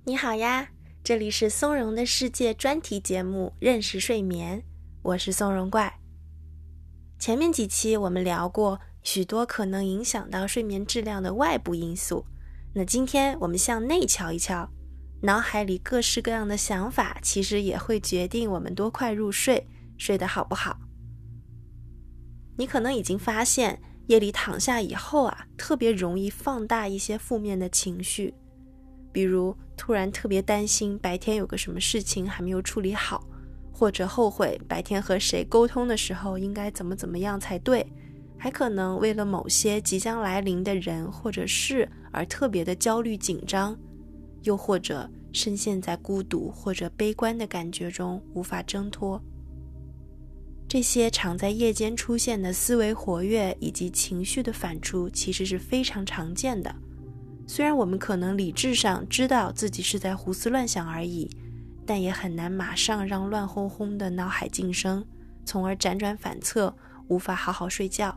你好呀，这里是松茸的世界专题节目认识睡眠，我是松茸怪。前面几期我们聊过许多可能影响到睡眠质量的外部因素，那今天我们向内瞧一瞧，脑海里各式各样的想法其实也会决定我们多快入睡，睡得好不好。你可能已经发现夜里躺下以后特别容易放大一些负面的情绪，比如突然特别担心白天有个什么事情还没有处理好，或者后悔白天和谁沟通的时候应该怎么样才对，还可能为了某些即将来临的人或者事而特别的焦虑紧张，又或者深陷在孤独或者悲观的感觉中无法挣脱。这些常在夜间出现的思维活跃以及情绪的反刍其实是非常常见的，虽然我们可能理智上知道自己是在胡思乱想而已，但也很难马上让乱哄哄的脑海噤声，从而辗转反侧，无法好好睡觉。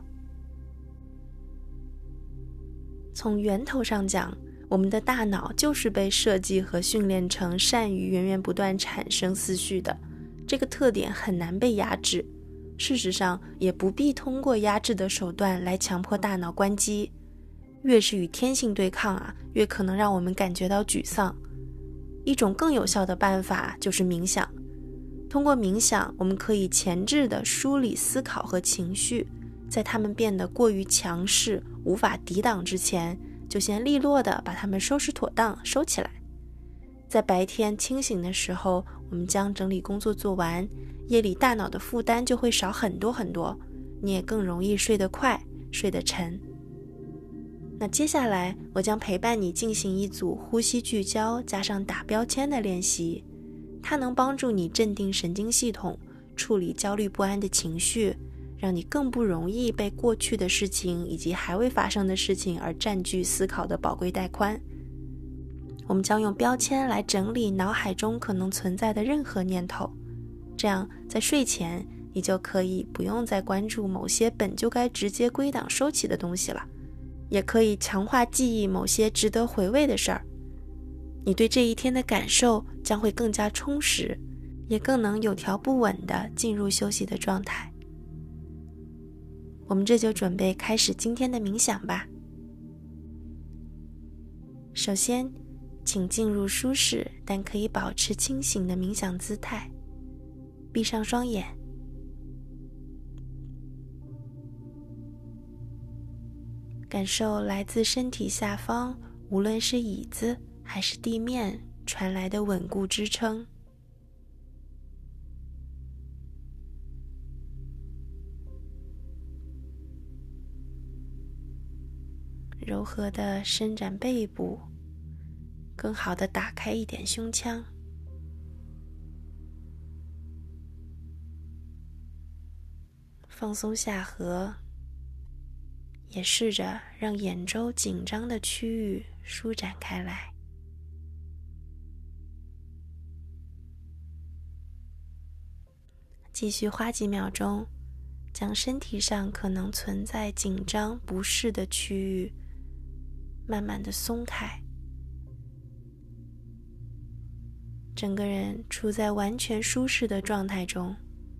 从源头上讲，我们的大脑就是被设计和训练成善于源源不断产生思绪的，这个特点很难被压制。事实上，也不必通过压制的手段来强迫大脑关机。越是与天性对抗越可能让我们感觉到沮丧。一种更有效的办法就是冥想。通过冥想，我们可以前置地梳理思考和情绪，在它们变得过于强势无法抵挡之前，就先利落地把它们收拾妥当，收起来。在白天清醒的时候，我们将整理工作做完，夜里大脑的负担就会少很多很多，你也更容易睡得快，睡得沉。那接下来我将陪伴你进行一组呼吸聚焦加上打标签的练习，它能帮助你镇定神经系统，处理焦虑不安的情绪，让你更不容易被过去的事情以及还未发生的事情而占据思考的宝贵带宽。我们将用标签来整理脑海中可能存在的任何念头，这样在睡前你就可以不用再关注某些本就该直接归档收起的东西了，也可以强化记忆某些值得回味的事儿。你对这一天的感受将会更加充实，也更能有条不紊地进入休息的状态。我们这就准备开始今天的冥想吧。首先，请进入舒适但可以保持清醒的冥想姿态，闭上双眼。感受来自身体下方，无论是椅子还是地面传来的稳固支撑。柔和地伸展背部，更好地打开一点胸腔。放松下颌，也试着让眼周紧张的区域舒展开来。继续花几秒钟，将身体上可能存在紧张不适的区域慢慢地松开，整个人处在完全舒适的状态中。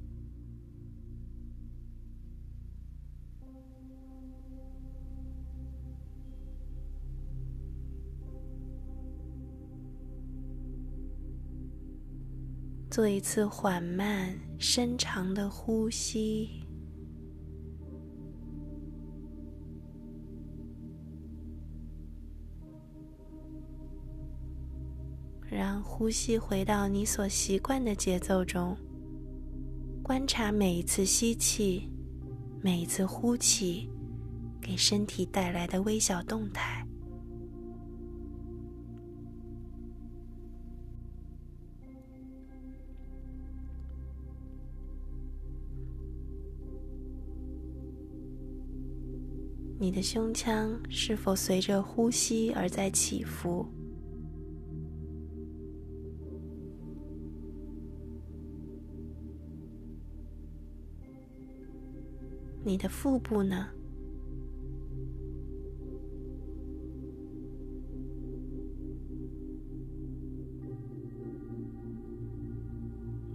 做一次缓慢深长的呼吸，让呼吸回到你所习惯的节奏中，观察每一次吸气，每一次呼气给身体带来的微小动态。你的胸腔是否随着呼吸而在起伏？你的腹部呢？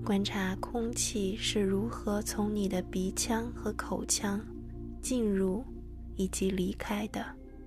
观察空气是如何从你的鼻腔和口腔进入以及离开的。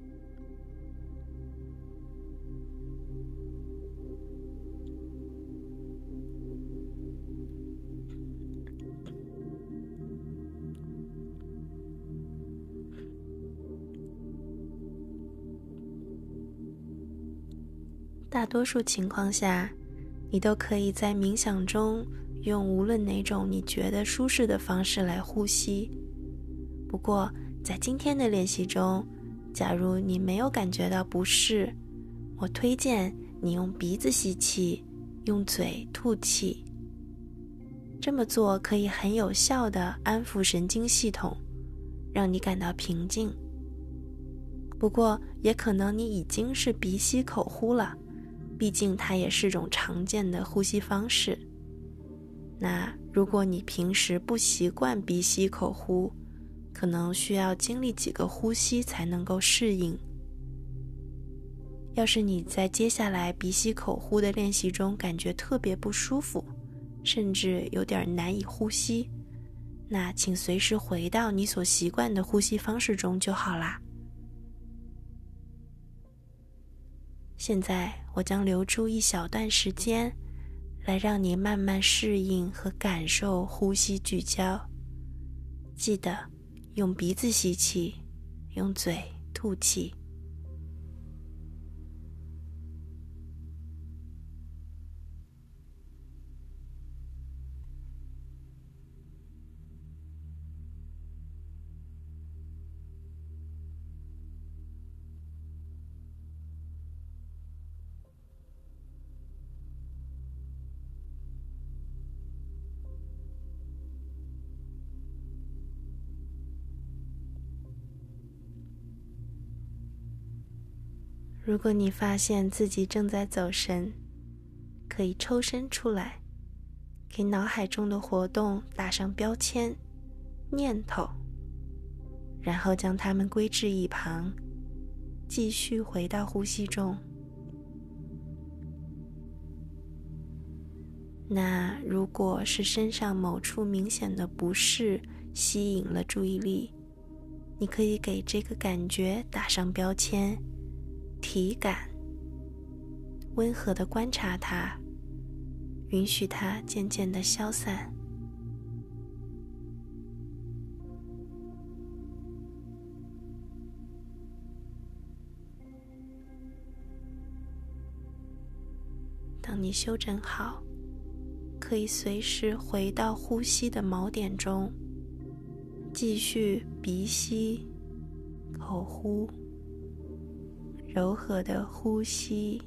大多数情况下，你都可以在冥想中用无论哪种你觉得舒适的方式来呼吸。不过，在今天的练习中，假如你没有感觉到不适，我推荐你用鼻子吸气，用嘴吐气。这么做可以很有效地安抚神经系统，让你感到平静。不过，也可能你已经是鼻吸口呼了，毕竟它也是种常见的呼吸方式。那如果你平时不习惯鼻吸口呼，可能需要经历几个呼吸才能够适应。要是你在接下来鼻吸口呼的练习中感觉特别不舒服，甚至有点难以呼吸，那请随时回到你所习惯的呼吸方式中就好啦。现在我将留出一小段时间，来让你慢慢适应和感受呼吸聚焦。记得用鼻子吸气，用嘴吐气。如果你发现自己正在走神，可以抽身出来，给脑海中的活动打上标签、念头，然后将它们归置一旁，继续回到呼吸中。那如果是身上某处明显的不适吸引了注意力，你可以给这个感觉打上标签、体感，温和地观察它，允许它渐渐地消散。当你休整好，可以随时回到呼吸的锚点中，继续鼻吸、口呼，柔和的呼吸。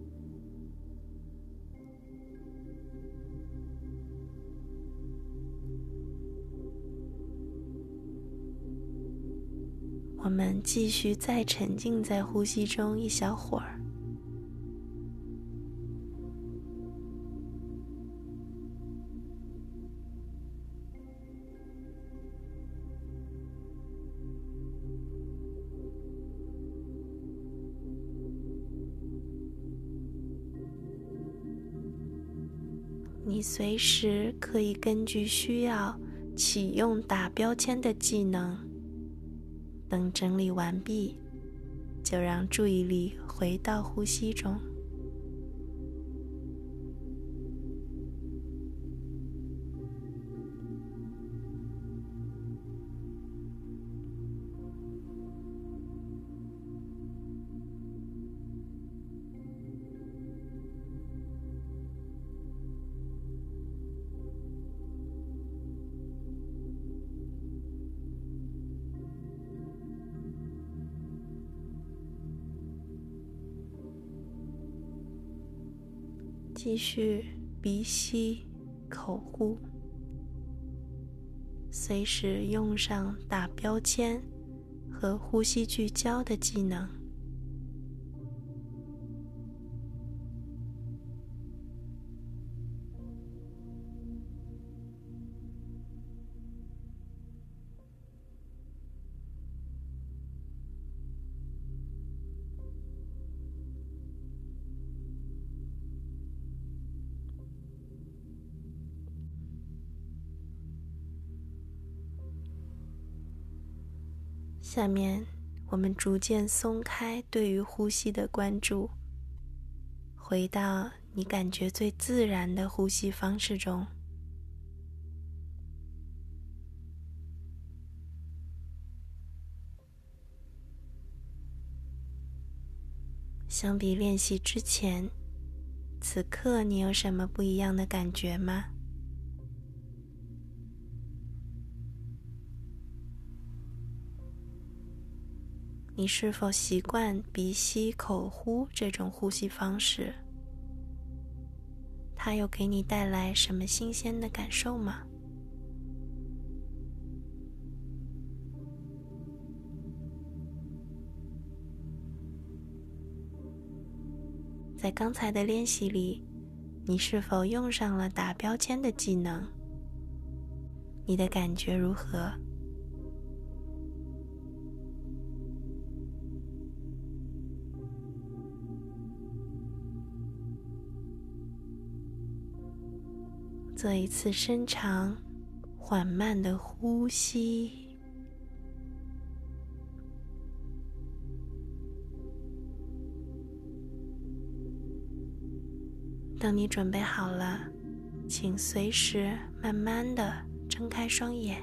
我们继续再沉浸在呼吸中一小会儿。你随时可以根据需要启用打标签的技能，等整理完毕，就让注意力回到呼吸中。继续鼻吸口呼，随时用上打标签和呼吸聚焦的技能。 下面我们逐渐松开对于呼吸的关注，回到你感觉最自然的呼吸方式中。相比练习之前，此刻你有什么不一样的感觉吗？你是否习惯鼻吸口呼这种呼吸方式？它有给你带来什么新鲜的感受吗？在刚才的练习里，你是否用上了打标签的技能？你的感觉如何？做一次深长、缓慢的呼吸。当你准备好了，请随时慢慢地睁开双眼。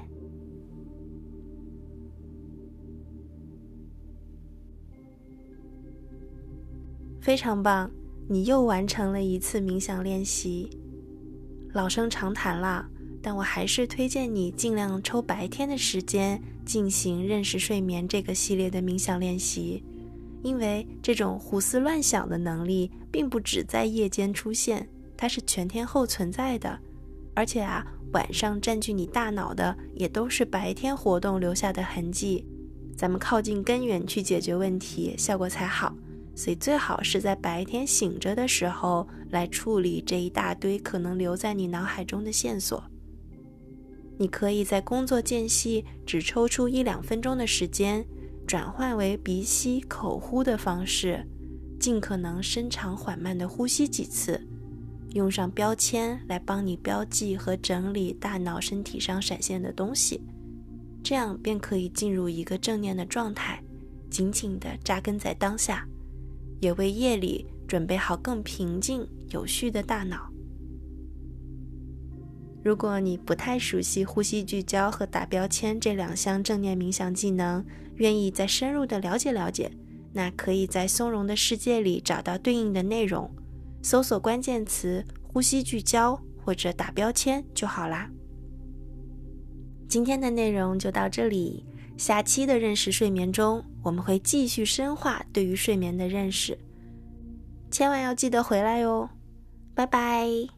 非常棒，你又完成了一次冥想练习。老生常谈啦，但我还是推荐你尽量抽白天的时间进行认识睡眠这个系列的冥想练习，因为这种胡思乱想的能力并不只在夜间出现，它是全天候存在的。而且晚上占据你大脑的也都是白天活动留下的痕迹，咱们靠近根源去解决问题，效果才好。所以最好是在白天醒着的时候来处理这一大堆可能留在你脑海中的线索。你可以在工作间隙只抽出1-2分钟的时间，转换为鼻吸口呼的方式，尽可能深长缓慢地呼吸几次，用上标签来帮你标记和整理大脑身体上闪现的东西，这样便可以进入一个正念的状态，紧紧地扎根在当下，也为夜里准备好更平静有序的大脑。如果你不太熟悉呼吸聚焦和打标签这2项正念冥想技能，愿意再深入的了解了解，那可以在松茸的世界里找到对应的内容，搜索关键词呼吸聚焦或者打标签就好啦。今天的内容就到这里，下期的认识睡眠中，我们会继续深化对于睡眠的认识，千万要记得回来哟，拜拜。